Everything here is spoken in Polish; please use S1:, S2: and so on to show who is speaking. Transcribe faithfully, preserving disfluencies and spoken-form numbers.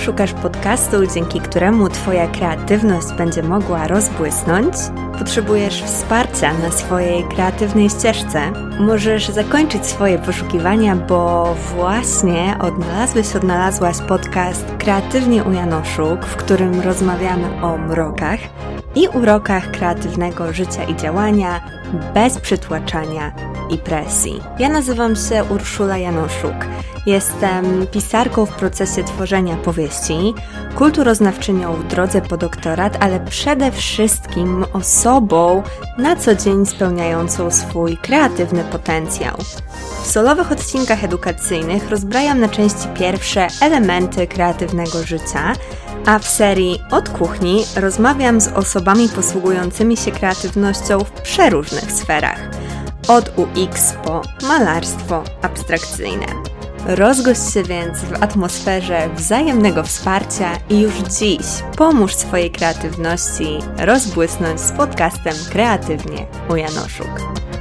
S1: Szukasz podcastu, dzięki któremu Twoja kreatywność będzie mogła rozbłysnąć? Potrzebujesz wsparcia na swojej kreatywnej ścieżce? Możesz zakończyć swoje poszukiwania, bo właśnie odnalazłeś, odnalazłaś podcast Kreatywnie u Janoszuk, w którym rozmawiamy o mrokach i urokach kreatywnego życia i działania bez przytłaczania i presji. Ja nazywam się Urszula Janoszuk. Jestem pisarką w procesie tworzenia powieści, kulturoznawczynią w drodze po doktorat, ale przede wszystkim osobą na co dzień spełniającą swój kreatywny potencjał. W solowych odcinkach edukacyjnych rozbrajam na części pierwsze elementy kreatywnego życia, a w serii Od kuchni rozmawiam z osobami posługującymi się kreatywnością w przeróżnych sferach. Od U X po malarstwo abstrakcyjne. Rozgość się więc w atmosferze wzajemnego wsparcia i już dziś pomóż swojej kreatywności rozbłysnąć z podcastem Kreatywnie u Janoszuk.